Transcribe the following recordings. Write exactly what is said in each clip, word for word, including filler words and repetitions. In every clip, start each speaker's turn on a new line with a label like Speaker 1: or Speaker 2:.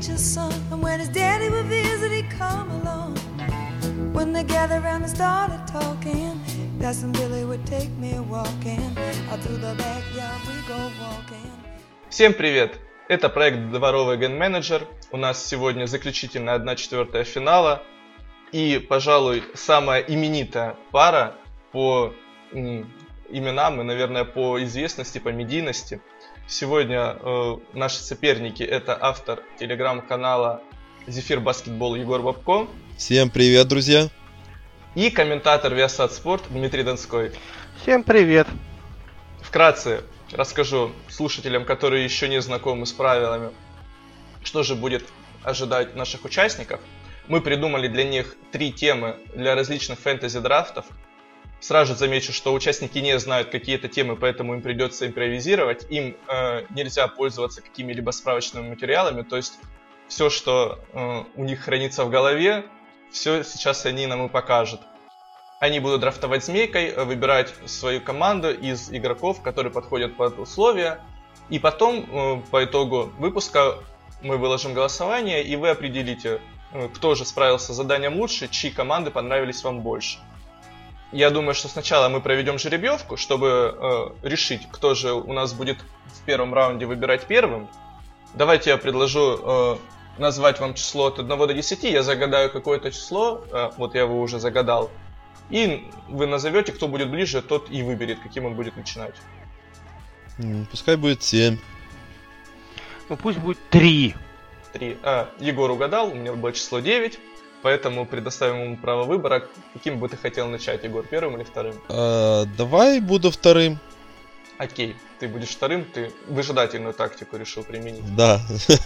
Speaker 1: preacher's son. And when his daddy would visit, he'd come along. When they gathered around and started talking, Cousin Billy would take me walking. Out through the backyard we go walking.
Speaker 2: Всем привет! Это проект «Дворовый ген-менеджер». У нас сегодня заключительная одна четвертая финала. И, пожалуй, самая именитая пара по м, именам и, наверное, по известности, по медийности. Сегодня э, наши соперники – это автор телеграм-канала «Зефир Баскетбол» Егор Бабко.
Speaker 3: Всем привет, друзья!
Speaker 2: И комментатор Viasat Sport Дмитрий Донской.
Speaker 4: Всем привет!
Speaker 2: Вкратце расскажу слушателям, которые еще не знакомы с правилами, что же будет ожидать наших участников. Мы придумали для них три темы для различных фэнтези-драфтов. Сразу замечу, что участники не знают какие-то темы, поэтому им придется импровизировать. Им э, нельзя пользоваться какими-либо справочными материалами, то есть все, что э, у них хранится в голове, все сейчас они нам и покажут. Они будут драфтовать змейкой, выбирать свою команду из игроков, которые подходят под условия. И потом, э, по итогу выпуска, мы выложим голосование, и вы определите, э, кто же справился с заданием лучше, чьи команды понравились вам больше. Я думаю, что сначала мы проведем жеребьевку, чтобы э, решить, кто же у нас будет в первом раунде выбирать первым. Давайте я предложу э, назвать вам число от одного до десяти. Я загадаю какое-то число, э, вот я его уже загадал. И вы назовете, кто будет ближе, тот и выберет, каким он будет начинать.
Speaker 3: Пускай будет семь.
Speaker 4: Ну пусть будет три.
Speaker 2: три. А, Егор угадал, у меня было число девять. Поэтому предоставим ему право выбора. Каким бы ты хотел начать, Егор, первым или вторым?
Speaker 3: А, давай буду вторым.
Speaker 2: Окей, ты будешь вторым, ты выжидательную тактику решил применить.
Speaker 3: Да.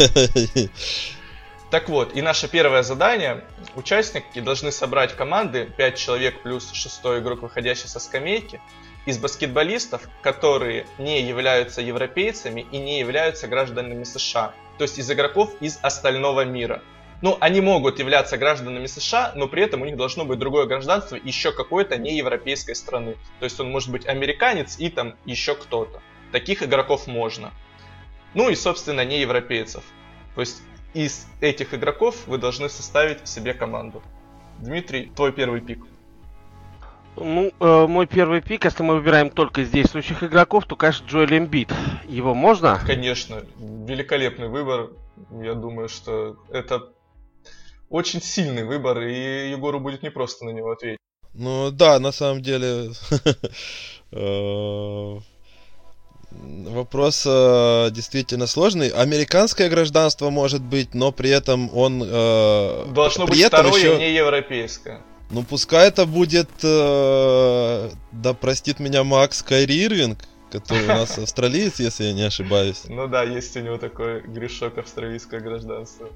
Speaker 2: Так вот, и наше первое задание. Участники должны собрать команды пять человек плюс шестой игрок, выходящий со скамейки, из баскетболистов, которые не являются европейцами и не являются гражданами США. То есть из игроков из остального мира. Ну, они могут являться гражданами США, но при этом у них должно быть другое гражданство еще какой-то неевропейской страны. То есть он может быть американец и там еще кто-то. Таких игроков можно. Ну и, собственно, неевропейцев. То есть из этих игроков вы должны составить себе команду. Дмитрий, твой первый пик.
Speaker 4: Ну, э, мой первый пик, если мы выбираем только из действующих игроков, то, конечно, Джоэл Эмбит. Его можно?
Speaker 2: Конечно, великолепный выбор. Я думаю, что это очень сильный выбор, и Егору будет непросто на него ответить.
Speaker 3: Ну да, на самом деле вопрос действительно сложный. Американское гражданство может быть, но при этом он...
Speaker 2: Должно быть второе, не европейское.
Speaker 3: Ну пускай это будет, да простит меня Макс, Кайри Ирвинг, который у нас австралиец, если я не ошибаюсь.
Speaker 2: Ну да, есть у него такой грешок, австралийское гражданство.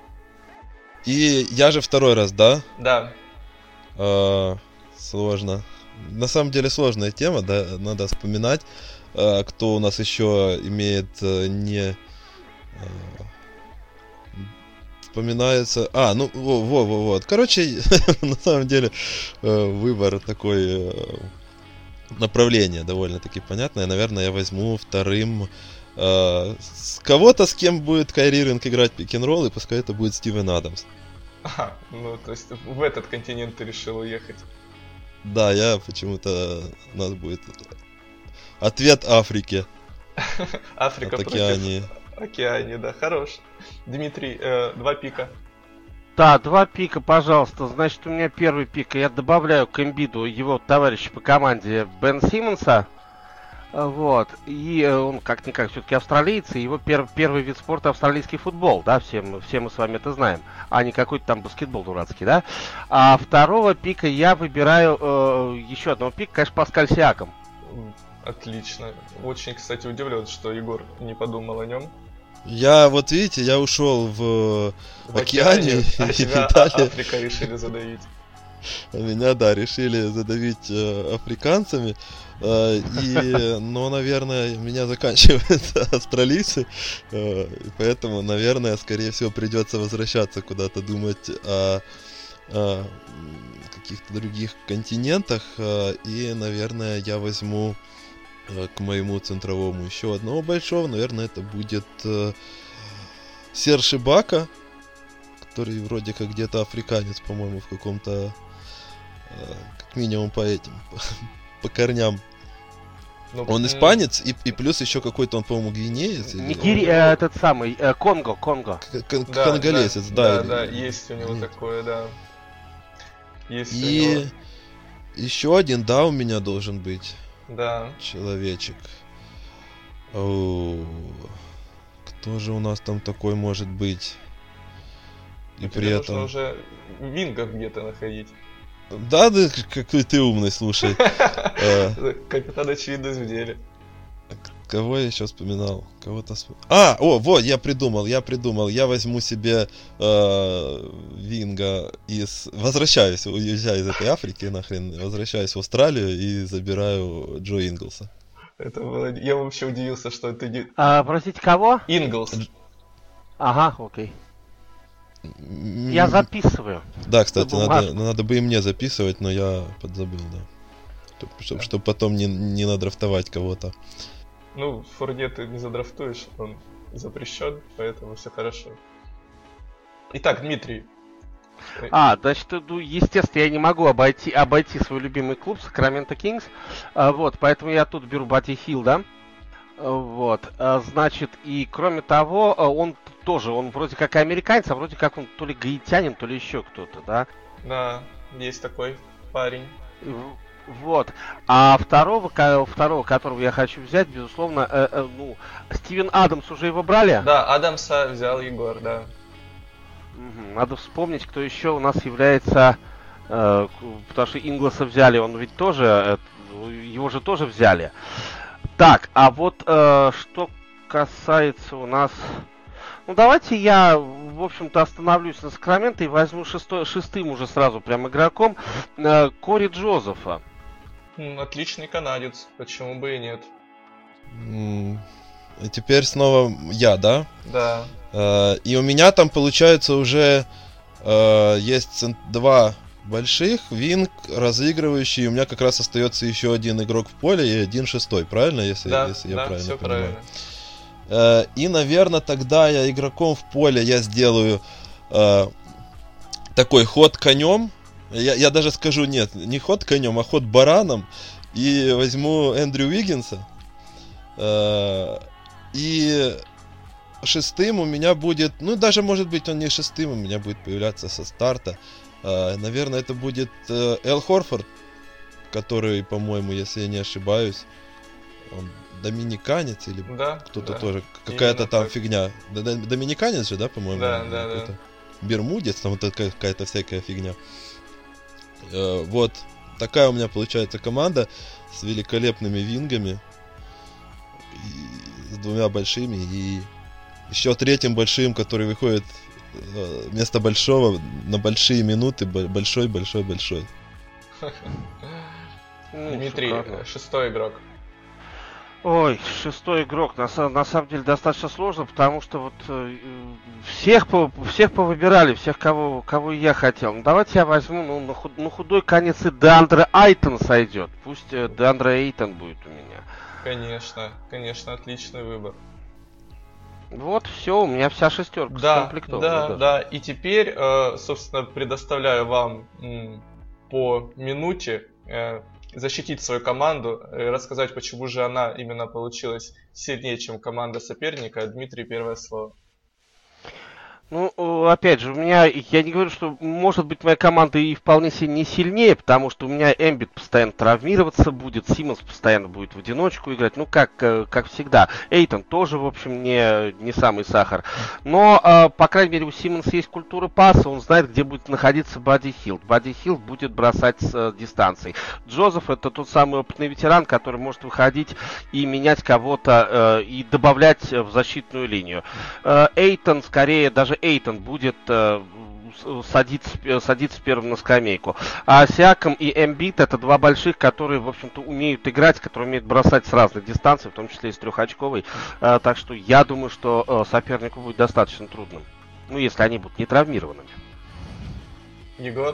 Speaker 3: И я же второй раз, да?
Speaker 2: Да.
Speaker 3: А, сложно. На самом деле сложная тема, да, надо вспоминать, а, кто у нас еще имеет а, не... А, вспоминается... А, ну, во-во-во. Короче, на самом деле выбор такой... Направление довольно-таки понятное. Наверное, я возьму вторым э, с кого-то, с кем будет Кайри Ирвинг играть пик-н-ролл, и пускай это будет Стивен Адамс.
Speaker 2: Ага, ну то есть в этот континент ты решил уехать.
Speaker 3: Да, я почему-то... У нас будет ответ Африке.
Speaker 2: Африка
Speaker 3: от
Speaker 2: против
Speaker 3: Океании.
Speaker 2: Океании, да, хорош. Дмитрий, э, два пика.
Speaker 4: Да, два пика, пожалуйста. Значит, у меня первый пик. Я добавляю к Эмбиду его товарища по команде Бен Симмонса. Вот. И он как-никак все-таки австралиец, и его пер- первый вид спорта австралийский футбол, да, все мы, все мы с вами это знаем, а не какой-то там баскетбол дурацкий, да. А второго пика я выбираю, э, еще одного пика, конечно, Паскаль Сиакам.
Speaker 2: Отлично. Очень, кстати, удивлен, что Егор не подумал о нем.
Speaker 3: Я, вот видите, я ушел в, в океане,
Speaker 2: а
Speaker 3: и
Speaker 2: тебя
Speaker 3: Италия...
Speaker 2: Африка решили задавить.
Speaker 3: А меня, да, решили задавить э, африканцами. Э, и, ну, наверное, меня заканчивают австралийцы. Э, и поэтому, наверное, скорее всего, придется возвращаться куда-то, думать о, о каких-то других континентах. Э, и, наверное, я возьму к моему центровому еще одного большого. Наверное, это будет... Серж Ибака, который вроде как где-то африканец, по-моему, в каком-то, э, как минимум по этим, по корням. Ну, он испанец, и, и плюс еще какой-то он, по-моему, гвинеец.
Speaker 4: Нигери... Или... Э, этот самый, э, Конго, Конго.
Speaker 3: К- да, конголезец, да.
Speaker 2: Да, да, да, есть у него Нет. такое, да. Есть
Speaker 3: и
Speaker 2: у него...
Speaker 3: еще один, да, у меня должен быть.
Speaker 2: Да.
Speaker 3: Человечек. О, кто же у нас там такой может быть? И
Speaker 2: Тебе
Speaker 3: при этом...
Speaker 2: нужно уже вингов где-то находить.
Speaker 3: Да, да, какой ты умный, слушай.
Speaker 2: Капитан очевидность в деле.
Speaker 3: Кого я еще вспоминал? Кого-то вспоминал. А, о, вот, я придумал, я придумал. Я возьму себе э, винга из... Возвращаюсь, уезжаю из этой Африки нахрен. Возвращаюсь в Австралию и забираю Джо Инглса.
Speaker 2: Это было... Я вообще удивился, что ты не...
Speaker 4: А, простите, кого?
Speaker 2: Инглс.
Speaker 4: Ага, окей. Я записываю.
Speaker 3: Да, кстати, надо, надо бы и мне записывать, но я подзабыл, да. Чтобы да. чтоб потом не, не надрафтовать кого-то.
Speaker 2: Ну, Фурне ты не задрафтуешь, он запрещен, поэтому все хорошо. Итак, Дмитрий.
Speaker 4: А, значит, ну, естественно, я не могу обойти, обойти свой любимый клуб Сакраменто Кингс. А, вот, поэтому я тут беру Бадди Хилда. Вот, значит, и кроме того, он тоже, он вроде как американец, а вроде как он то ли гаитянин, то ли еще кто-то, да?
Speaker 2: Да, есть такой парень.
Speaker 4: Вот. А второго, второго, которого я хочу взять, безусловно, э, э, ну, Стивен Адамс уже его брали?
Speaker 2: Да, Адамса взял Егор, да.
Speaker 4: Угу. Надо вспомнить, кто еще у нас является, э, потому что Инглса взяли, он ведь тоже, э, его же тоже взяли. Так, а вот э, что касается у нас... Ну, давайте я, в общем-то, остановлюсь на Сакраменто и возьму шестой, шестым уже сразу прям игроком э, Кори Джозефа.
Speaker 2: Отличный канадец, почему бы и нет.
Speaker 3: И теперь снова я, да?
Speaker 2: Да.
Speaker 3: Э, и у меня там, получается, уже э, есть два... больших, винг, разыгрывающий, у меня как раз остается еще один игрок в поле и один шестой, правильно, если,
Speaker 2: да,
Speaker 3: если я
Speaker 2: да,
Speaker 3: правильно
Speaker 2: все
Speaker 3: понимаю?
Speaker 2: Правильно.
Speaker 3: И, наверное, тогда я игроком в поле я сделаю э, такой ход конем. Я, я даже скажу, нет, не ход конем, а ход бараном. И возьму Эндрю Уиггинса. Э, и шестым у меня будет, ну даже может быть он не шестым, у меня будет появляться со старта. Uh, наверное, это будет uh, Эл Хорфорд, который, по-моему, если я не ошибаюсь, он доминиканец или
Speaker 2: да,
Speaker 3: кто-то
Speaker 2: да.
Speaker 3: тоже, какая-то там
Speaker 2: так.
Speaker 3: фигня. Доминиканец же, да, по-моему?
Speaker 2: Да, да, да.
Speaker 3: Бермудец, там вот какая-то всякая фигня. Uh, вот, такая у меня получается команда с великолепными вингами, и с двумя большими, и еще третьим большим, который выходит вместо большого на большие минуты, большой, большой, большой.
Speaker 2: Дмитрий, шестой игрок.
Speaker 4: Ой, шестой игрок, на, на самом деле достаточно сложно, потому что вот э, всех, по, всех повыбирали, всех, кого, кого я хотел. Ну, давайте я возьму, ну, на, худ, на худой конец и Деандре Айтон сойдет. Пусть э, Деандре Айтон будет у меня.
Speaker 2: Конечно, конечно, отличный выбор.
Speaker 4: Вот, все, у меня вся шестерка
Speaker 2: да,
Speaker 4: скомплектована.
Speaker 2: Да,
Speaker 4: даже.
Speaker 2: да, и теперь, э, собственно, предоставляю вам м, по минуте э, защитить свою команду, и рассказать, почему же она именно получилась сильнее, чем команда соперника. Дмитрий, первое слово.
Speaker 4: Ну, опять же, у меня, я не говорю, что может быть моя команда и вполне себе не сильнее, потому что у меня Эмбит постоянно травмироваться будет, Симмонс постоянно будет в одиночку играть, ну, как, как всегда. Эйтон тоже, в общем, не, не самый сахар. Но, по крайней мере, у Симмонса есть культура паса, он знает, где будет находиться Бадди Хилд. Бадди Хилд будет бросать с дистанции. Джозеф — это тот самый опытный ветеран, который может выходить и менять кого-то, и добавлять в защитную линию. Эйтон, скорее, даже Эйтон будет э, садиться, садиться первым на скамейку. А Сиакам и Эмбит — это два больших, которые, в общем-то, умеют играть, которые умеют бросать с разных дистанций, в том числе и с трехочковой. Э, так что я думаю, что э, сопернику будет достаточно трудным. Ну, если они будут не травмированными.
Speaker 2: Егор?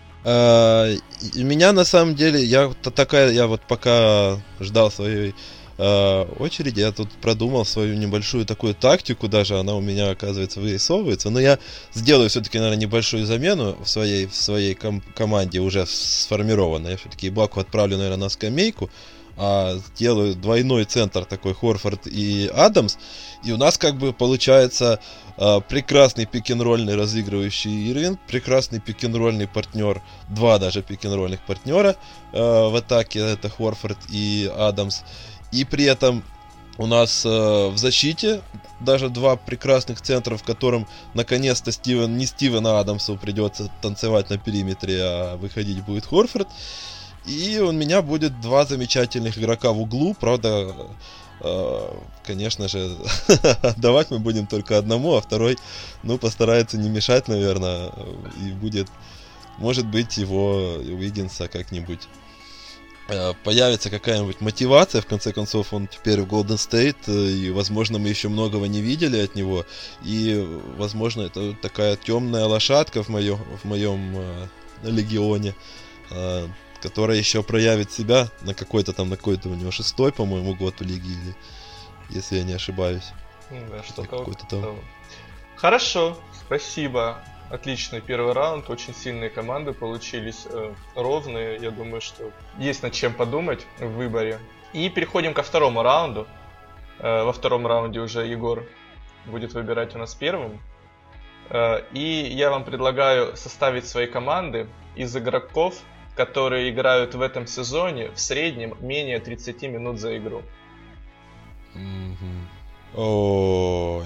Speaker 3: Uh, и меня на самом деле, я такая, я вот пока ждал своей э, очереди. Я тут продумал свою небольшую такую тактику, даже она у меня, оказывается, вырисовывается. Но я сделаю все-таки, наверное, небольшую замену в своей, в своей ком- команде уже сформированной. Я все-таки Ибаку отправлю, наверное, на скамейку. А сделаю двойной центр такой, Хорфорд и Адамс, и у нас как бы получается э, прекрасный пик-н-ролльный разыгрывающий Ирвинг, прекрасный пик-н-ролльный партнер, два даже пик-н-ролльных партнера э, в атаке, это Хорфорд и Адамс, и при этом у нас э, в защите даже два прекрасных центра, в котором наконец-то Стивен, не Стивена Адамсу придется танцевать на периметре, а выходить будет Хорфорд. И у меня будет два замечательных игрока в углу. Правда, э, конечно же, отдавать мы будем только одному, а второй, ну, постарается не мешать, наверное. И будет, может быть, его Уиггинса как-нибудь э, появится какая-нибудь мотивация. В конце концов, он теперь в Golden State, и, возможно, мы еще многого не видели от него. И, возможно, это такая темная лошадка в моем, в моем э, легионе, э, которая еще проявит себя на какой-то там, на какой-то у него шестой, по-моему, год в лиге, или, если я не ошибаюсь.
Speaker 2: Да, что-то
Speaker 3: какой-то там.
Speaker 2: Хорошо, спасибо. Отличный первый раунд, очень сильные команды получились, э, ровные. Я думаю, что есть над чем подумать в выборе. И переходим ко второму раунду. Э, во втором раунде уже Егор будет выбирать у нас первым. Э, и я вам предлагаю составить свои команды из игроков, которые играют в этом сезоне в среднем менее тридцать минут за игру.
Speaker 3: Mm-hmm. Ой.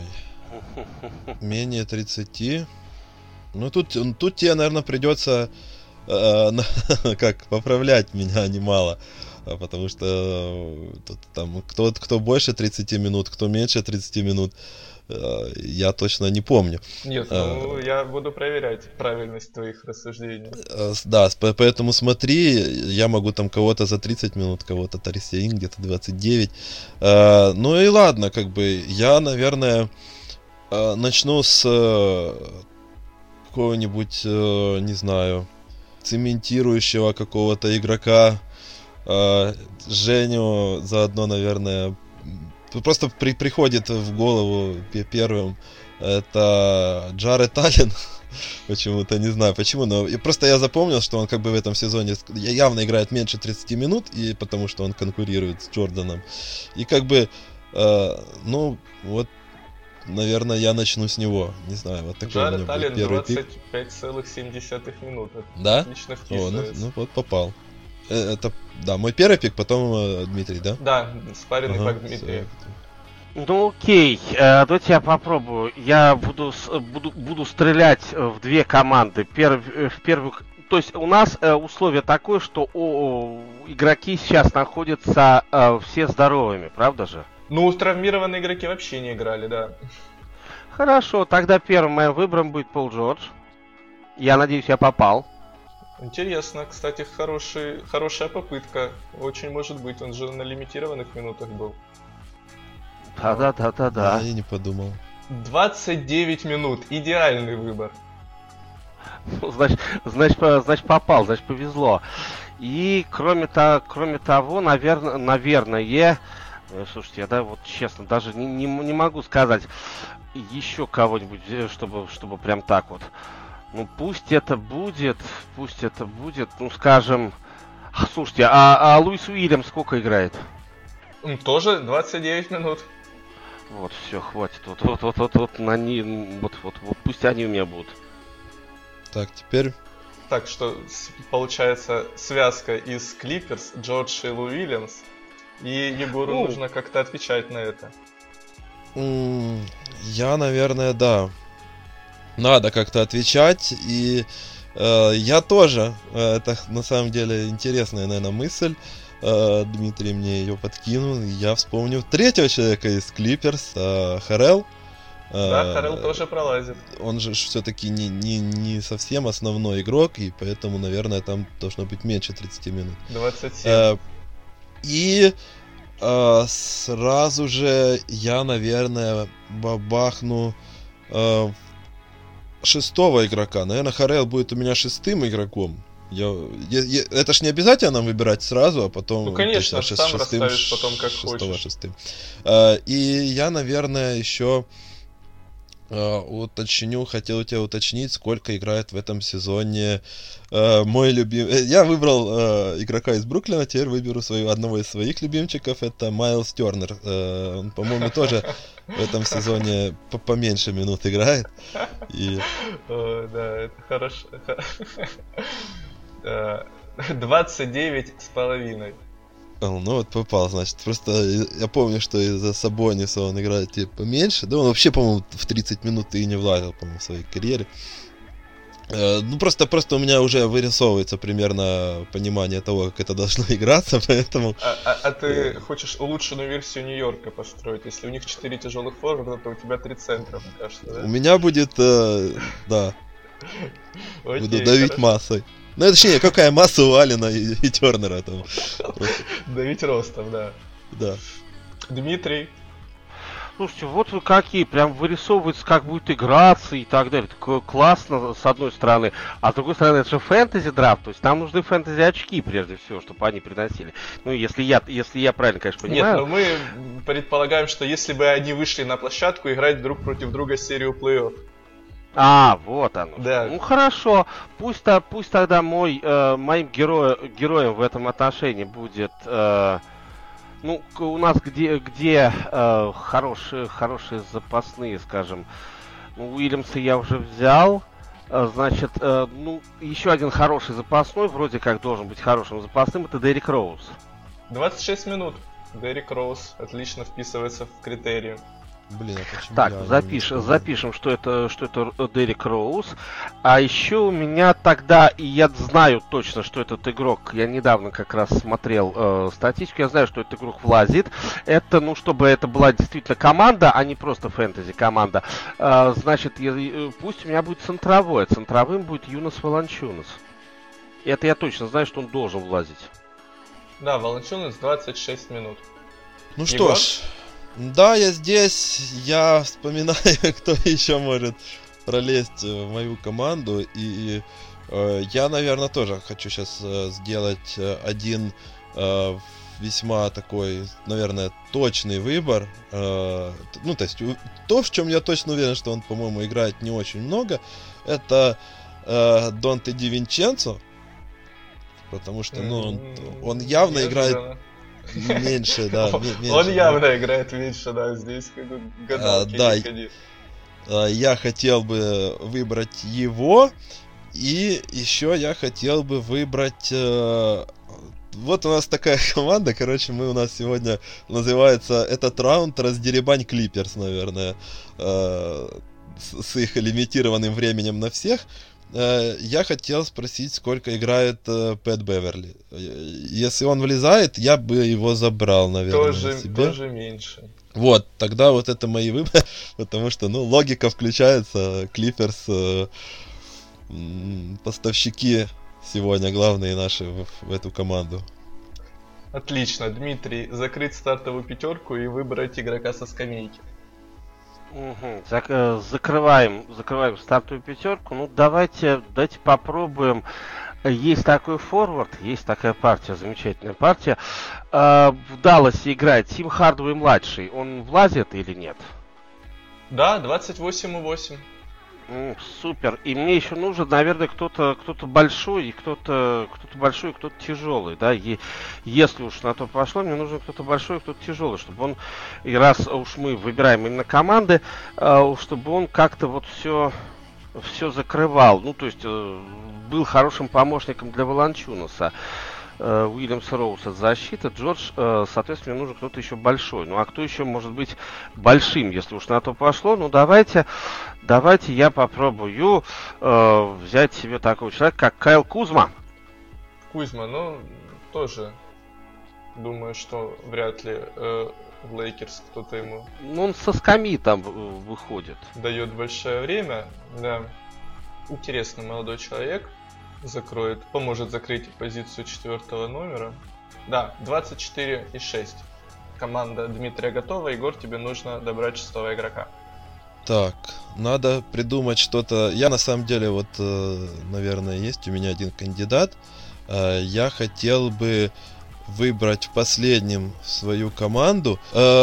Speaker 3: Менее тридцати. Ну тут, тут тебе, наверное, придется э, как поправлять меня немало. Потому что тут, там, кто, кто больше тридцати минут, кто меньше тридцати минут, э, я точно не помню.
Speaker 2: Нет, ну э, я буду проверять правильность твоих рассуждений.
Speaker 3: Э, да, поэтому смотри, я могу там кого-то за тридцать минут, кого-то Тарисеин, где-то двадцать девять. Э, ну и ладно, как бы я, наверное, э, начну с э, какого-нибудь, э, не знаю, цементирующего какого-то игрока. Uh, Женю заодно, наверное, просто при, приходит в голову первым это Джаред Аллен. Почему-то, не знаю почему, но просто я запомнил, что он как бы в этом сезоне явно играет меньше тридцати минут, и потому что он конкурирует с Джорданом. И как бы, uh, ну, вот, наверное, я начну с него. Не знаю, вот такой
Speaker 2: Джаред
Speaker 3: у меня
Speaker 2: Аллен
Speaker 3: будет первый пик.
Speaker 2: двадцать пять целых семь десятых минут. Это
Speaker 3: да?
Speaker 2: Отлично
Speaker 3: О, ну,
Speaker 2: вписывается.
Speaker 3: ну вот попал. Это, да, мой первый пик, потом э, Дмитрий, да?
Speaker 2: Да, спаренный
Speaker 3: Ага,
Speaker 2: пак Дмитрия.
Speaker 4: Ну окей, э, давайте я попробую. Я буду, с- буду, буду стрелять в две команды. Перв, э, в первую, то есть у нас э, условие такое, что о, игроки сейчас находятся э, все здоровыми, правда же?
Speaker 2: Ну, травмированные игроки вообще не играли, да.
Speaker 4: Хорошо, тогда первым моим выбором будет Пол Джордж. Я надеюсь, я попал.
Speaker 2: Интересно, кстати, хороший, хорошая попытка. Очень может быть, он же на лимитированных минутах был.
Speaker 4: Да-да-да-да-да.
Speaker 3: Я и не подумал.
Speaker 2: двадцать девять минут, идеальный выбор.
Speaker 4: Ну, значит, значит, по- значит, попал, значит, повезло. И кроме, то, кроме того, наверное, наверное, э, слушайте, я да, вот честно, даже не, не, не могу сказать еще кого-нибудь, э, чтобы, чтобы прям так вот. Ну пусть это будет, пусть это будет, ну скажем, а, слушайте, а, а Луис Уильямс сколько играет?
Speaker 2: М, Тоже двадцать девять минут.
Speaker 4: Вот, все, хватит, вот, вот, вот, вот, вот, на ни, вот, вот, вот, пусть они у меня будут.
Speaker 3: Так, теперь
Speaker 2: Так что с- получается связка из Клиперс, Джордж и Лу Уильямс. И Егору
Speaker 4: Ну.
Speaker 2: нужно как-то отвечать на это.
Speaker 3: м, я, наверное, да. Надо как-то отвечать, и э, я тоже. Э, это на самом деле интересная, наверное, мысль. Э, Дмитрий мне ее подкинул, и я вспомнил третьего человека из Клиперс, э, Харрелл. Э,
Speaker 2: Да, Харрелл тоже пролазит.
Speaker 3: Он же все-таки не, не, не совсем основной игрок, и поэтому, наверное, там должно быть меньше тридцати минут.
Speaker 2: двадцать семь.
Speaker 3: Э, И э, сразу же я, наверное, бабахну э, шестого игрока. Наверное, Харрелл будет у меня шестым игроком. Я, я, я, это ж не обязательно нам выбирать сразу, а потом...
Speaker 2: Ну, конечно,
Speaker 3: шест,
Speaker 2: сам
Speaker 3: шестым,
Speaker 2: расставишь потом, как
Speaker 3: шестого,
Speaker 2: хочешь.
Speaker 3: Шестым. А, и я, наверное, еще а, уточню, хотел у тебя уточнить, сколько играет в этом сезоне а, мой любимый... Я выбрал а, игрока из Бруклина, теперь выберу свою, одного из своих любимчиков, это Майлз Тернер. А, он, по-моему, тоже в этом сезоне поменьше минут играет. И...
Speaker 2: О, да, это хорошо. двадцать девять с половиной.
Speaker 3: Ну вот попал, значит. Просто я помню, что из-за Сабониса он играет типа меньше. Да он вообще, по-моему, в тридцать минут и не влазил, по-моему, в своей карьере. Ну просто, просто у меня уже вырисовывается примерно понимание того, как это должно играться, поэтому...
Speaker 2: А, а, а ты хочешь улучшенную версию Нью-Йорка построить? Если у них четыре тяжелых форварда, то у тебя три центра, мне кажется, да?
Speaker 3: У меня будет, э, да,
Speaker 2: Окей,
Speaker 3: буду давить
Speaker 2: хорошо.
Speaker 3: массой. Ну, точнее, какая масса у Алина и, и Тернера там. Просто,
Speaker 2: Давить ростом, да.
Speaker 3: да.
Speaker 2: Дмитрий.
Speaker 4: Слушайте, вот вы какие, прям вырисовывается, как будет играться и так далее. Такое классно, с одной стороны. А с другой стороны, это же фэнтези-драфт. То есть нам нужны фэнтези-очки, прежде всего, чтобы они приносили. Ну, если я, если я правильно, конечно, понимаю.
Speaker 2: Нет, но мы предполагаем, что если бы они вышли на площадку, играть друг против друга серию плей-офф.
Speaker 4: А, вот оно.
Speaker 2: Да.
Speaker 4: Ну хорошо, пусть, то, пусть тогда мой, э, моим геро, героем в этом отношении будет, э, ну, у нас где, где э, хорошие, хорошие запасные, скажем. Ну, Уильямса я уже взял, э, значит, э, ну, еще один хороший запасной, вроде как должен быть хорошим запасным, это Деррик Роуз.
Speaker 2: двадцать шесть минут. Деррик Роуз отлично вписывается в критерии.
Speaker 3: Блин, а почему
Speaker 4: Так,
Speaker 3: я
Speaker 4: запишем,
Speaker 3: не
Speaker 4: запишем, что это, что это Деррик Роуз. А еще у меня тогда, и я знаю точно, что этот игрок, я недавно как раз смотрел э, статистику, я знаю, что этот игрок влазит. Это, ну, чтобы это была действительно команда, а не просто фэнтези-команда. Э, значит, я, пусть у меня будет центровой, а центровым будет Юнас Воланчунас. Это я точно знаю, что он должен влазить.
Speaker 2: Да, Воланчунас двадцать шесть минут.
Speaker 3: Ну
Speaker 2: Егор?
Speaker 3: что ж, да, я здесь, я вспоминаю, кто еще может пролезть в мою команду, и э, я, наверное, тоже хочу сейчас э, сделать э, один э, весьма такой, наверное, точный выбор. Э, ну, то есть, то, в чем я точно уверен, что он, по-моему, играет не очень много, это э, Донте Ди Винченцо, потому что, ну, он, он явно
Speaker 2: Неожиданно.
Speaker 3: играет меньше, да.
Speaker 2: Он,
Speaker 3: меньше,
Speaker 2: он
Speaker 3: да.
Speaker 2: явно играет меньше, да, здесь как бы гадалки
Speaker 3: А, да,
Speaker 2: не ходи.
Speaker 3: Я хотел бы выбрать его, и еще я хотел бы выбрать... э, Вот у нас такая команда, короче, мы у нас сегодня называется этот раунд «Раздеребань Клиперс», наверное, э, с, с их лимитированным временем на всех. Э, Я хотел спросить, сколько играет э, Пэт Беверли. Э, Если он влезает, я бы его забрал, наверное,
Speaker 2: Тоже,
Speaker 3: себе.
Speaker 2: тоже меньше.
Speaker 3: Вот, тогда вот это мои выборы, потому что, ну, логика включается, Клиперс, э, м, поставщики сегодня главные наши в, в эту команду.
Speaker 2: Отлично, Дмитрий, закрыть стартовую пятерку и выбрать игрока со скамейки.
Speaker 4: Угу. Зак- э, закрываем, закрываем стартовую пятерку. Ну, давайте, давайте попробуем. Есть такой форвард, есть такая партия, замечательная партия. Э, в Далласе играет Тим Хардуэй младший. Он влазит или нет?
Speaker 2: Да, двадцать восемь и восемь.
Speaker 4: М, Супер. И мне еще нужен, наверное, кто-то, кто-то большой, и кто-то, кто-то большой, и кто-то тяжелый, да. И если уж на то пошло, мне нужен кто-то большой, и кто-то тяжелый, чтобы он, и раз уж мы выбираем именно команды, э, чтобы он как-то вот все, все закрывал. Ну, то есть э, был хорошим помощником для Воланчунаса. э, Уильямс Роуз от защиты, Джордж, э, соответственно, мне нужен кто-то еще большой. Ну, а кто еще может быть большим, если уж на то пошло? Ну, давайте, давайте я попробую э, взять себе такого человека, как Кайл Кузма.
Speaker 2: Кузьма, ну, тоже думаю, что вряд ли э, в Лейкерс кто-то ему
Speaker 4: Ну, он со скамьи там э, выходит.
Speaker 2: дает большое время. Да, интересный молодой человек. Закроет, поможет закрыть позицию четвертого номера. Да, двадцать четыре и шесть. Команда Дмитрия готова. Егор, тебе нужно добрать шестого игрока.
Speaker 3: Так, надо придумать что-то. Я на самом деле, вот, наверное, есть у меня один кандидат. Я хотел бы выбрать в последнем свою команду.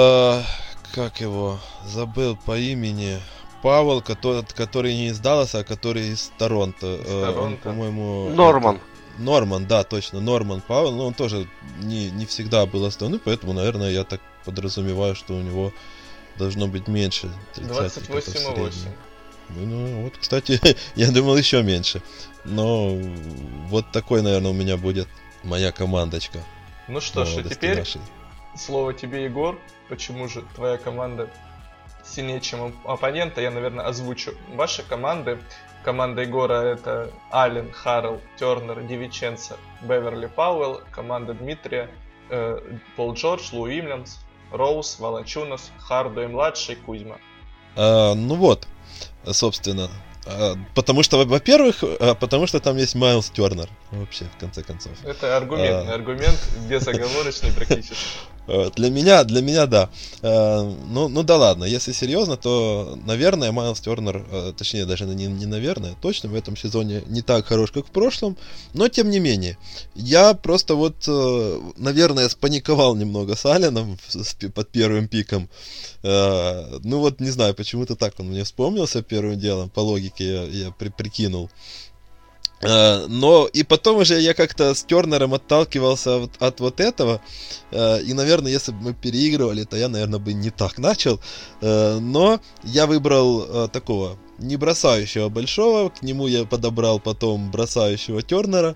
Speaker 3: Как его? Забыл по имени. Пауэлл, который, который не из Далласа, а который из Торонто.
Speaker 2: Из Торонто.
Speaker 3: Он, по-моему...
Speaker 4: Норман.
Speaker 3: Норман, да, точно, Норман Пауэлл. Но он тоже не, не всегда был основным, поэтому, наверное, я так подразумеваю, что у него должно быть меньше.
Speaker 2: двадцать восемь и восемь.
Speaker 3: Ну, ну, вот, кстати, я думал еще меньше. Но вот такой, наверное, у меня будет моя командочка.
Speaker 2: Ну что ж, и теперь нашей. Слово тебе, Егор. Почему же твоя команда сильнее, чем оппонента? Я, наверное, озвучу ваши команды. Команда Егора — это Аллен, Харрелл, Тернер, Дивиченцо, Беверли, Пауэлл. Команда Дмитрия э, Пол Джордж, Лу Уильямс, Роуз, Валанчунас, Хардуэй-младший, Кузьма.
Speaker 3: А, ну вот, собственно. А, потому что, во-первых, а, потому что там есть Майлз Тернер. Вообще, в конце концов.
Speaker 2: Это аргументный а... аргумент, безоговорочный практически.
Speaker 3: Для меня, для меня, да. Ну, ну да ладно, если серьезно, то, наверное, Майлз Тернер, точнее, даже не, не наверное, точно в этом сезоне не так хорош, как в прошлом, но тем не менее. Я просто вот, наверное, спаниковал немного с Алленом под первым пиком. Ну вот, не знаю, почему-то так он мне вспомнился первым делом, по логике я, я при, прикинул. Но и потом уже я как-то с Тернером отталкивался от, от вот этого. И, наверное, если бы мы переигрывали, то я, наверное, бы не так начал. Но я выбрал такого не бросающего большого. К нему я подобрал потом бросающего Тернера.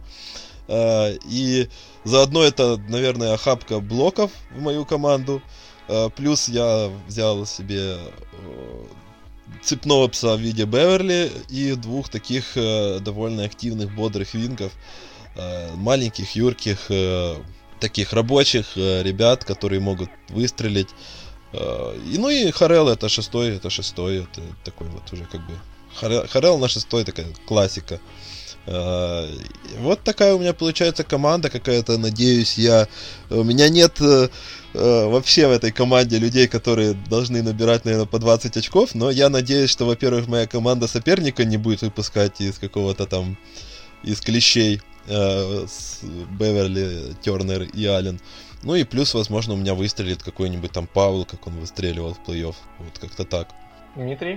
Speaker 3: И заодно это, наверное, охапка блоков в мою команду. Плюс я взял себе цепного пса в виде Беверли и двух таких э, довольно активных, бодрых вингов, э, маленьких, юрких, э, таких рабочих э, ребят, которые могут выстрелить. Э, и, ну и Харрелл это шестой, это шестой, это такой вот уже как бы Харрелл на шестой, такая классика. Э, вот такая у меня получается команда какая-то, надеюсь я. У меня нет э, вообще в этой команде людей, которые должны набирать, наверное, по двадцать очков, но я надеюсь, что, во-первых, моя команда соперника не будет выпускать из какого-то там, из клещей э, с Беверли, Тернер и Аллен. Ну и плюс, возможно, у меня выстрелит какой-нибудь там Пауэлл, как он выстреливал в плей-офф. Вот как-то так.
Speaker 2: Дмитрий?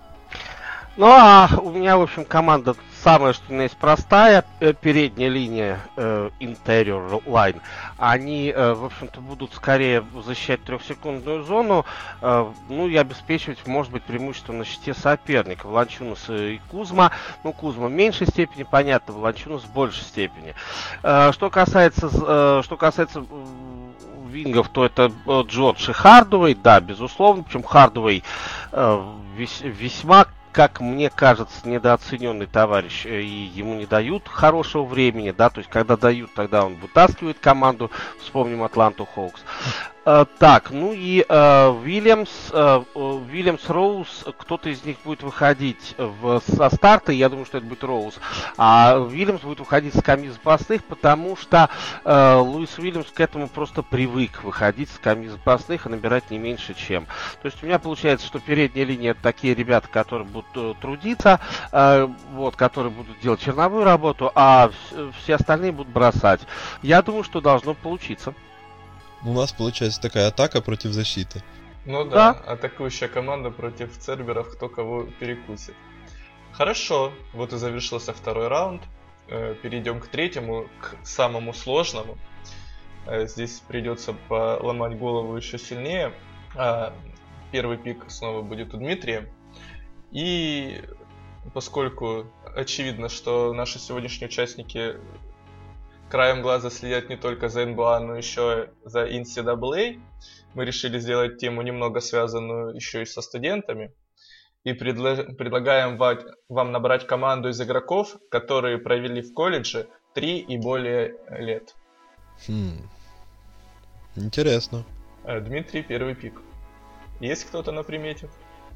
Speaker 4: Ну, а у меня, в общем, команда самая, что у меня есть, простая. Передняя линия, э, interior line, они, э, в общем-то, будут скорее защищать трехсекундную зону, э, ну, и обеспечивать, может быть, преимущество на щите соперника. Валанчунас и Кузма. Ну, Кузма в меньшей степени, понятно, Валанчунас в большей степени. Э, что касается, э, что касается вингов, то это Джордж и Хардуэй, да, безусловно. Причем Хардуэй э, вес, весьма, как мне кажется, недооцененный товарищ, и ему не дают хорошего времени, да, то есть когда дают, тогда он вытаскивает команду, вспомним Атланту Хоукс. Uh, так, ну и uh, Уильямс, uh, Уильямс, Роуз, кто-то из них будет выходить в, со старта, я думаю, что это будет Роуз, а Уильямс будет выходить с скамьи запасных, потому что uh, Луис Уильямс к этому просто привык выходить с скамьи запасных и набирать не меньше, чем. То есть у меня получается, что передняя линия — это такие ребята, которые будут uh, трудиться, uh, вот, которые будут делать черновую работу, а в- все остальные будут бросать. Я думаю, что должно получиться.
Speaker 3: У нас получается такая атака против защиты.
Speaker 2: Ну да, да, атакующая команда против церберов, кто кого перекусит. Хорошо, вот и завершился второй раунд. Перейдем к третьему, к самому сложному. Здесь придется поломать голову еще сильнее. Первый пик снова будет у Дмитрия. И поскольку очевидно, что наши сегодняшние участники краем глаза следят не только за эн би эй, но еще за эн си эй эй, мы решили сделать тему немного связанную еще и со студентами. И предла- предлагаем ва- вам набрать команду из игроков, которые провели в колледже три и более лет.
Speaker 3: Хм. Интересно.
Speaker 2: Дмитрий, первый пик. Есть кто-то на примете?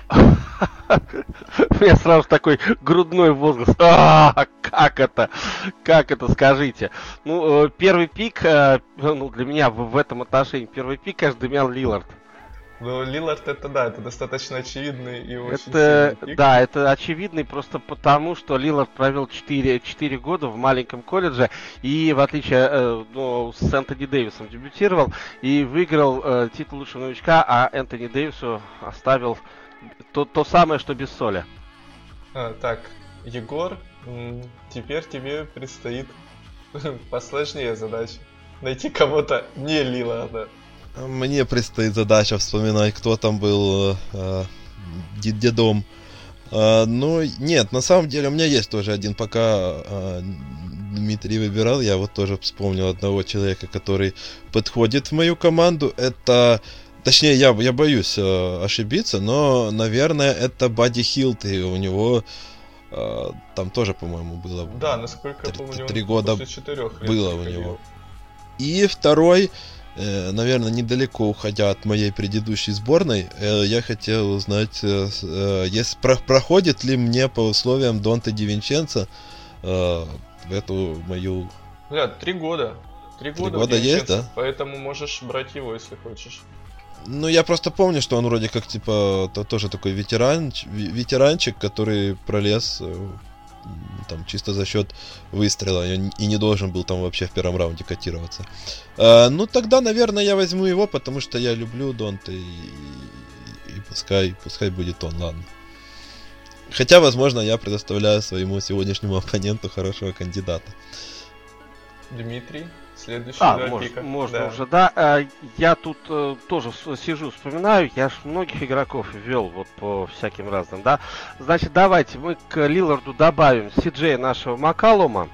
Speaker 4: У меня сразу такой грудной возглас. А, как это? Как это, скажите? Ну, первый пик, ну, для меня в этом отношении первый пик, конечно, Демиан Лиллард.
Speaker 2: Ну, Лиллард это да, это достаточно очевидный и очень
Speaker 4: Это,
Speaker 2: сильный пик.
Speaker 4: да, это очевидный просто потому, что Лиллард провел четыре, четыре года в маленьком колледже и, в отличие, э, ну, с Энтони Дэвисом дебютировал и выиграл э, титул лучшего новичка, а Энтони Дэвису оставил то, то самое, что без соли.
Speaker 2: А, так, Егор, м, теперь тебе предстоит посложнее задача. Найти кого-то не Лилларда.
Speaker 3: Мне предстоит задача вспоминать, кто там был э, дедом. Э, ну, нет, на самом деле у меня есть тоже один, пока э, Дмитрий выбирал, я вот тоже вспомнил одного человека, который подходит в мою команду. Это, точнее, я, я боюсь э, ошибиться, но, наверное, это Бадди Хилт, и у него э, там тоже, по-моему, было...
Speaker 2: Да, насколько я
Speaker 3: три,
Speaker 2: помню,
Speaker 3: три
Speaker 2: он
Speaker 3: года
Speaker 2: после четырех лет
Speaker 3: было у
Speaker 2: приходил.
Speaker 3: него. И второй... Наверное, недалеко уходя от моей предыдущей сборной, я хотел узнать, есть, проходит ли мне по условиям Донте Ди Винченцо эту мою...
Speaker 2: Бля, три года. Три года,
Speaker 3: года
Speaker 2: у Ди
Speaker 3: есть,
Speaker 2: Винченцо,
Speaker 3: да?
Speaker 2: Поэтому можешь брать его, если хочешь.
Speaker 3: Ну, я просто помню, что он вроде как, типа, то, тоже такой ветеран, ветеранчик, который пролез там чисто за счет выстрела и не должен был там вообще в первом раунде котироваться. А, ну тогда, наверное, я возьму его, потому что я люблю Донте и, и, и пускай, пускай будет он, ладно. Хотя, возможно, я предоставляю своему сегодняшнему оппоненту хорошего кандидата.
Speaker 2: Дмитрий, следующий
Speaker 4: А,
Speaker 2: два
Speaker 4: можно,
Speaker 2: пика.
Speaker 4: можно
Speaker 2: Да.
Speaker 4: уже, да. А, я тут э, тоже с- сижу, вспоминаю, я ж многих игроков ввел вот по всяким разным, да. Значит, давайте мы к Лилларду добавим Си-Джея нашего Маккалума.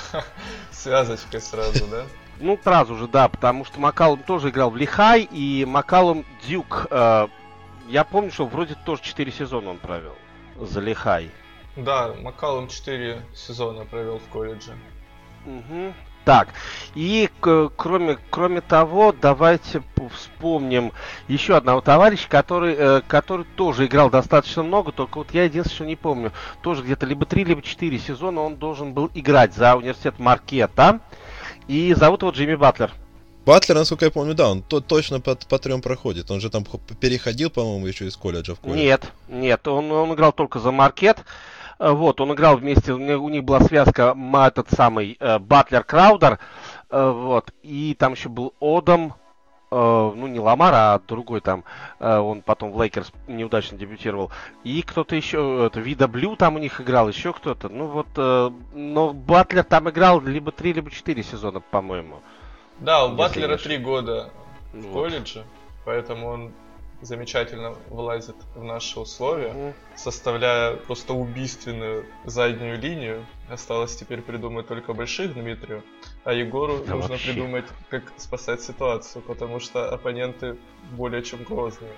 Speaker 2: Связочкой сразу, да?
Speaker 4: Ну, сразу же, да, потому что Маккалум тоже играл в Лихай, и Маккалум Дюк, э, я помню, что вроде тоже четыре сезона он провел за Лихай.
Speaker 2: Да, Маккалум четыре сезона провел в колледже.
Speaker 4: Мгм. Так, и к- кроме, кроме того, давайте п- вспомним еще одного товарища, который, э, который тоже играл достаточно много, только вот я единственное, что не помню, тоже где-то либо три, либо четыре сезона он должен был играть за университет Маркетта, и зовут его Джимми Батлер.
Speaker 3: Батлер, насколько я помню, да, он то, точно по, по трем проходит. Он же там х- переходил, по-моему, еще из колледжа в колледж.
Speaker 4: Нет, нет, он, он играл только за Маркет. Э, Вот, он играл вместе, у них, у них была связка м, этот самый э, Батлер Краудер, э, вот, и там еще был Одам, э, ну не Ламар, а другой там, э, он потом в Лейкерс неудачно дебютировал, и кто-то еще, это Вида Блю там у них играл, еще кто-то, ну вот, э, но Батлер там играл либо три, либо четыре сезона, по-моему.
Speaker 2: Да, у
Speaker 4: Если
Speaker 2: Батлера
Speaker 4: не
Speaker 2: три года в
Speaker 4: Вот.
Speaker 2: колледже, поэтому он замечательно влазит в наши условия,
Speaker 4: Мгм.
Speaker 2: составляя просто убийственную заднюю линию. Осталось теперь придумать только больших Дмитрию, а Егору
Speaker 4: Да
Speaker 2: нужно
Speaker 4: вообще.
Speaker 2: придумать, как спасать ситуацию, потому что оппоненты более чем грозные.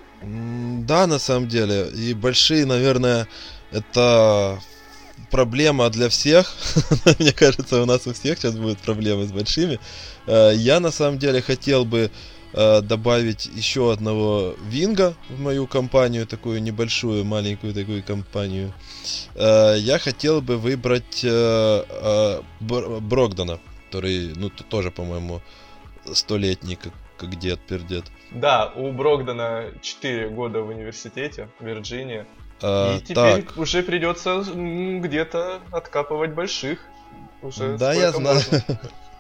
Speaker 3: М, Да, на самом деле. И большие, наверное, это проблема для всех. Мне кажется, у нас у всех сейчас будут проблемы с большими. Э, Я на самом деле хотел бы э, добавить еще одного винга в мою компанию, такую небольшую, маленькую такую компанию. Э, Я хотел бы выбрать э, э, Бр- Брогдона, который, ну, т- тоже, по-моему, столетний, как, как дед-пердед.
Speaker 2: Да, у Брогдона четыре года в университете, в Вирджинии.
Speaker 3: А,
Speaker 2: И теперь
Speaker 3: так.
Speaker 2: уже придется м, где-то откапывать больших. Уже
Speaker 3: Да, я
Speaker 2: сколько
Speaker 3: знаю.
Speaker 2: можно.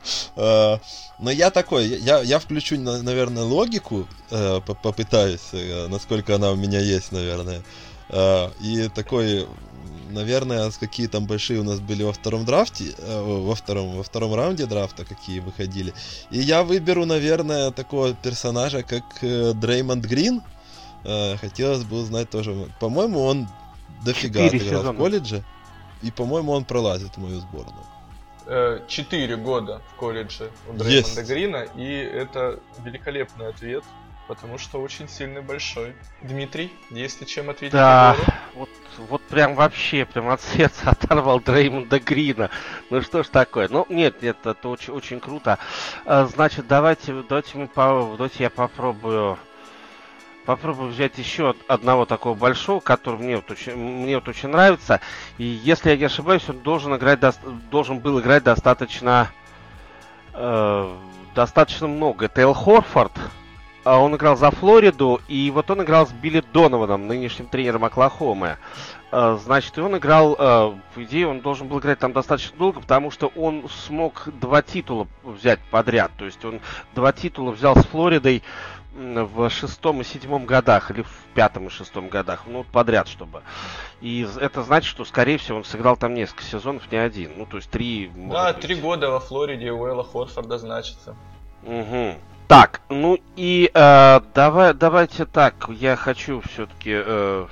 Speaker 3: А, Но я такой, я, я включу, на- наверное, логику, э, по- попытаюсь, э, насколько она у меня есть, наверное. А, И такой, наверное, с какие там большие у нас были во втором драфте, э, во втором, во втором раунде драфта, какие выходили. И я выберу, наверное, такого персонажа, как э, Дреймонд Грин. Э, Хотелось бы узнать тоже. По-моему, он дофига
Speaker 4: Четыре
Speaker 3: отыграл
Speaker 4: сезона.
Speaker 3: в колледже. И, по-моему, он пролазит в мою сборную.
Speaker 2: Э, Четыре года в колледже у
Speaker 3: Есть.
Speaker 2: Дреймонда Грина, и это великолепный ответ, потому что очень сильный большой. Дмитрий, есть ли чем ответить
Speaker 4: Да,
Speaker 2: Егору?
Speaker 4: вот, вот прям вообще, прям от сердца оторвал Дреймонда Грина. Ну что ж такое? Ну нет, нет, это очень, очень круто. А, Значит, давайте, давайте мы по, давайте я попробую, попробую взять еще одного такого большого, который мне вот очень, мне вот очень нравится. И если я не ошибаюсь, он должен играть, дос- должен был играть достаточно, э, достаточно много. Это Эл Хорфорд. Он играл за Флориду, и вот он играл с Билли Донованом, нынешним тренером Оклахомы. Значит, и он играл, по идее, он должен был играть там достаточно долго, потому что он смог два титула взять подряд. То есть он два титула взял с Флоридой в шестом и седьмом годах, или в пятом и шестом годах, ну, подряд, чтобы. И это значит, что, скорее всего, он сыграл там несколько сезонов, не один. Ну, то есть три...
Speaker 2: Да, три года во Флориде у Уэлла Хорфорда значится.
Speaker 4: Угу. Так, ну и э, давай, давайте так, я хочу все-таки... Э,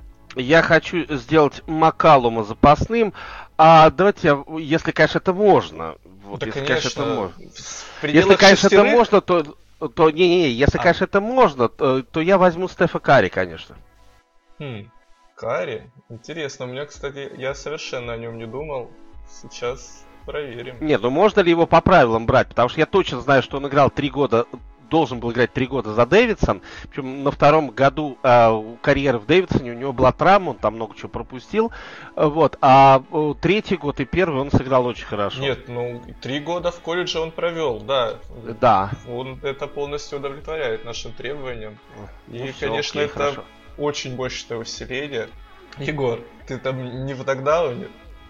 Speaker 4: я хочу сделать Маккалума запасным, а давайте, я, если, конечно, это можно. Вот,
Speaker 2: да,
Speaker 4: если,
Speaker 2: конечно,
Speaker 4: конечно, это можно.
Speaker 2: Если,
Speaker 4: конечно,
Speaker 2: шестерых...
Speaker 4: это можно, то... То, не-не-не, если, а. конечно, это можно, то, то я возьму Стефа Карри, конечно.
Speaker 2: Хм, Карри? Интересно, у меня, кстати, я совершенно о нем не думал. Сейчас проверим.
Speaker 4: Нет, ну можно ли его по правилам брать? Потому что я точно знаю, что он играл три года, должен был играть три года за Дэвидсон. Причем на втором году э, карьеры в Дэвидсоне у него была травма, он там много чего пропустил. Вот, а э, третий год и первый он сыграл очень хорошо.
Speaker 2: Нет, ну три года в колледже он провел, да.
Speaker 4: Да.
Speaker 2: Он это полностью удовлетворяет нашим требованиям. И,
Speaker 4: ну, все,
Speaker 2: конечно,
Speaker 4: окей,
Speaker 2: это
Speaker 4: хорошо.
Speaker 2: Очень мощное усиление. Егор, ты там не в нокдауне?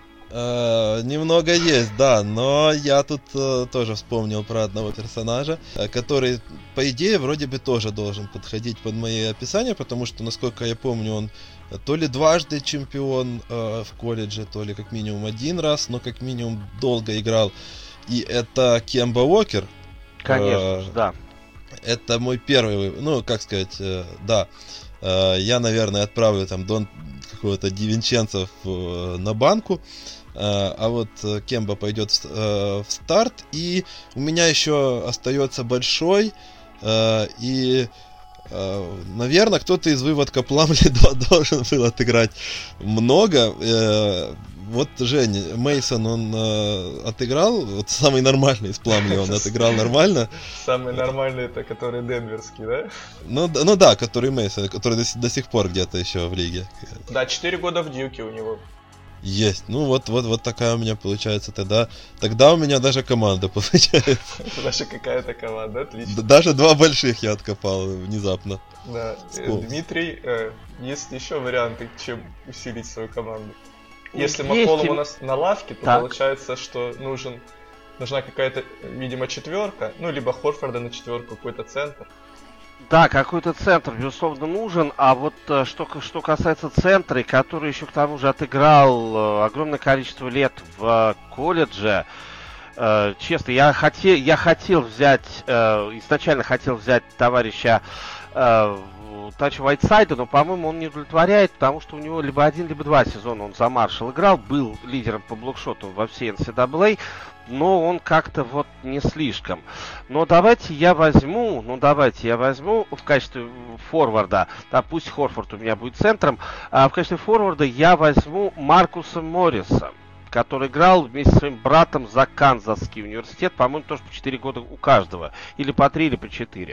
Speaker 3: Uh, немного есть, да, но я тут uh, тоже вспомнил про одного персонажа, uh, который, по идее, вроде бы тоже должен подходить под мои описания, потому что, насколько я помню, он то ли дважды чемпион uh, в колледже, то ли как минимум один раз, но как минимум долго играл. И это Кемба Уокер.
Speaker 4: Конечно,
Speaker 3: uh,
Speaker 4: да.
Speaker 3: Это мой первый, ну, как сказать, uh, да. Uh, я, наверное, отправлю там Дон какого-то Дивинченцо uh, на банку. Uh, а вот uh, Кемба пойдет в, uh, в старт, и у меня еще остается большой, uh, и, uh, наверное, кто-то из выводка Пламли должен был отыграть много. Uh, вот Женя, Мейсон, он uh, отыграл, вот самый нормальный из Пламли, он отыграл нормально.
Speaker 2: Самый нормальный это который денверский, да?
Speaker 3: Ну, ну да, который Мейсон, который до, до сих пор где-то еще в лиге.
Speaker 2: Да, четыре года в Дьюке у него.
Speaker 3: Есть. Ну вот, вот, вот такая у меня получается тогда. Тогда у меня даже команда получается.
Speaker 2: Даже какая-то команда, отлично.
Speaker 3: Даже два больших я откопал внезапно.
Speaker 2: Да. Дмитрий, э, есть еще варианты, чем усилить свою команду. Если Макколум у нас на лавке, то так. Получается, что нужен, нужна какая-то, видимо, четверка, ну либо Хорфорда на четверку, какой-то центр.
Speaker 4: Да, какой-то центр, безусловно, нужен, а вот что, что касается центра, который еще к тому же отыграл огромное количество лет в колледже, э, честно, я хотел, я хотел взять, э, изначально хотел взять товарища э, Тача Уайтсайда, но, по-моему, он не удовлетворяет, потому что у него либо один, либо два сезона он за Маршалл играл, был лидером по блокшоту во всей эн си эй эй, но он как-то вот не слишком. Но давайте я возьму, ну давайте я возьму в качестве форварда, да, пусть Хорфорд у меня будет центром, а в качестве форварда я возьму Маркуса Морриса, который играл вместе со своим братом за Канзасский университет, по-моему, тоже по четыре года у каждого, или по три, или по четыре.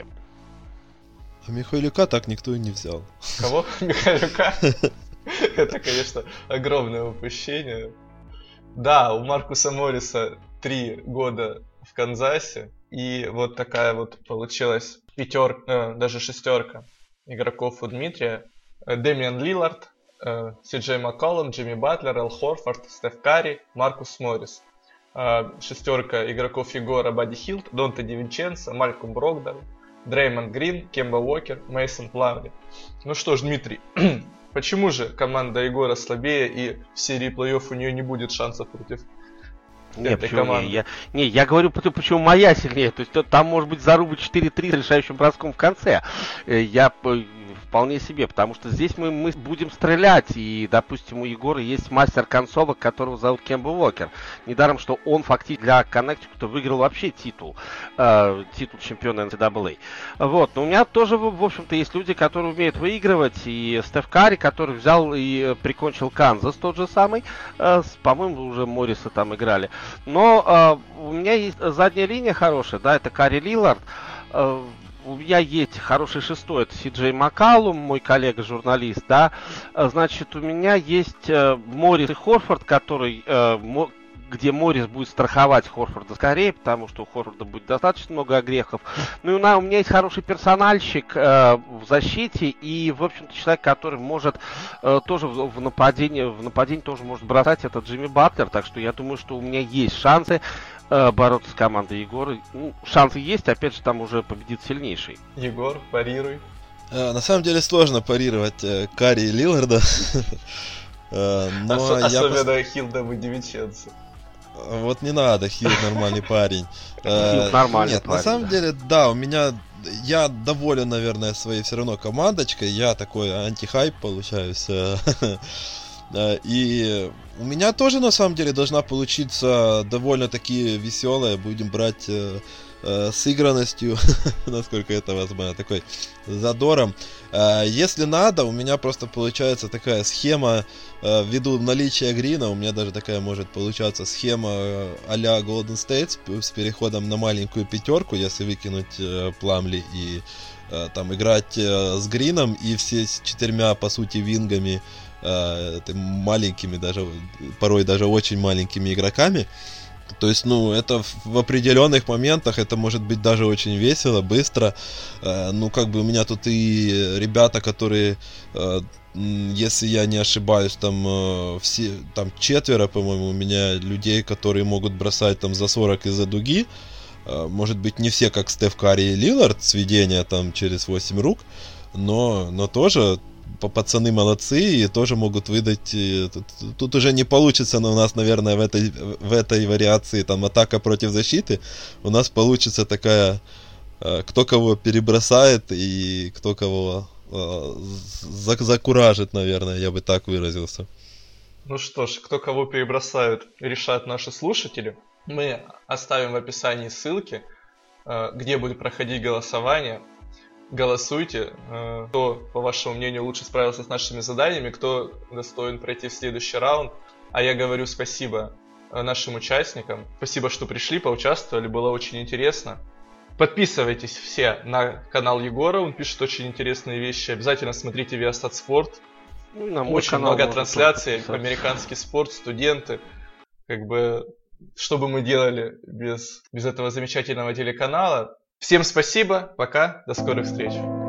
Speaker 3: А Михайлюка так никто и не взял.
Speaker 2: Кого? Михайлюка? Это, конечно, огромное упущение. Да, у Маркуса Морриса три года в Канзасе, и вот такая вот получилась пятерка, э, даже шестерка игроков у Дмитрия. Дэмиан Лиллард, э, Си Джей Макколум, Джимми Батлер, Эл Хорфорд, Стеф Карри, Маркус Моррис. Э, шестерка игроков Егора Бадди Хилд, Донте Дивинченцо, Мальком Брогдон, Дреймонд Грин, Кемба Уокер, Мейсон Пламли. Ну что ж, Дмитрий, почему же команда Егора слабее и в серии плей-офф у нее не будет шансов против
Speaker 4: не,
Speaker 2: этой команды?
Speaker 4: Не я, не, я говорю, почему моя сильнее. То есть там может быть заруба четыре три с решающим броском в конце. Я вполне себе, потому что здесь мы, мы будем стрелять, и, допустим, у Егора есть мастер концовок, которого зовут Кемба Уокер. Недаром, что он фактически для Коннектикута выиграл вообще титул, э, титул чемпиона эн си эй эй. Вот, но у меня тоже, в общем-то, есть люди, которые умеют выигрывать, и Стеф Карри, который взял и прикончил Канзас, тот же самый, э, с, по-моему, уже Морриса там играли. Но э, у меня есть задняя линия хорошая, да, это Карри Лиллард. Э, У меня есть хороший шестой, это Си Джей Маккалум, мой коллега-журналист, да. Значит, у меня есть э, Моррис и Хорфорд, который, э, мо, где Моррис будет страховать Хорфорда скорее, потому что у Хорфорда будет достаточно много огрехов. Ну и у, нас, у меня есть хороший персональщик э, в защите и, в общем-то, человек, который может э, тоже в, в, нападении, в нападении тоже может бросать, это Джимми Батлер, так что я думаю, что у меня есть шансы э, бороться с командой Егора. Ну, шансы есть, опять же, там уже победит сильнейший.
Speaker 2: Егор, парируй.
Speaker 3: А, на самом деле сложно парировать э, Карри и Лиларда. Но
Speaker 2: Ос-
Speaker 3: я
Speaker 2: особенно
Speaker 3: пос...
Speaker 2: Хилда Дивинченцо.
Speaker 3: Вот не надо, Хилд нормальный парень.
Speaker 4: Хилд нормальный
Speaker 3: Нет,
Speaker 4: парень,
Speaker 3: на самом
Speaker 4: да.
Speaker 3: деле, да, у меня... Я доволен, наверное, своей все равно командочкой. Я такой антихайп получаюсь. И у меня тоже, на самом деле, должна получиться довольно-таки веселая. Будем брать э, сыгранностью, насколько это возможно, такой задором. Э, если надо, у меня просто получается такая схема, э, ввиду наличия грина, у меня даже такая может получаться схема э, а-ля Golden State с, с переходом на маленькую пятерку, если выкинуть э, Пламли и э, там играть э, с грином и все с четырьмя, по сути, вингами, э, маленькими даже, порой даже очень маленькими игроками. То есть, ну, это в определенных моментах это может быть даже очень весело, быстро. Э, ну, как бы у меня тут и ребята, которые, э, если я не ошибаюсь, там э, все, там четверо, по-моему, у меня людей, которые могут бросать там за сорок из-за дуги. Э, может быть, не все, как Стеф Карри и Лилард, сведения там через восемь рук, но, но тоже... Пацаны молодцы и тоже могут выдать. Тут, тут уже не получится, но у нас, наверное, в этой, в этой вариации там атака против защиты. У нас получится такая, кто кого перебросает и кто кого закуражит, наверное, я бы так выразился.
Speaker 2: Ну что ж, кто кого перебросают, решат наши слушатели. Мы оставим в описании ссылки, где будет проходить голосование. Голосуйте, кто, по вашему мнению, лучше справился с нашими заданиями, кто достоин пройти в следующий раунд. А я говорю спасибо нашим участникам. Спасибо, что пришли, поучаствовали, было очень интересно. Подписывайтесь все на канал Егора, он пишет очень интересные вещи. Обязательно смотрите Viasat Sport. Ну, на мой очень много трансляций, американский спорт, студенты. Как бы, что бы мы делали без, без этого замечательного телеканала. Всем спасибо, пока, до скорых встреч.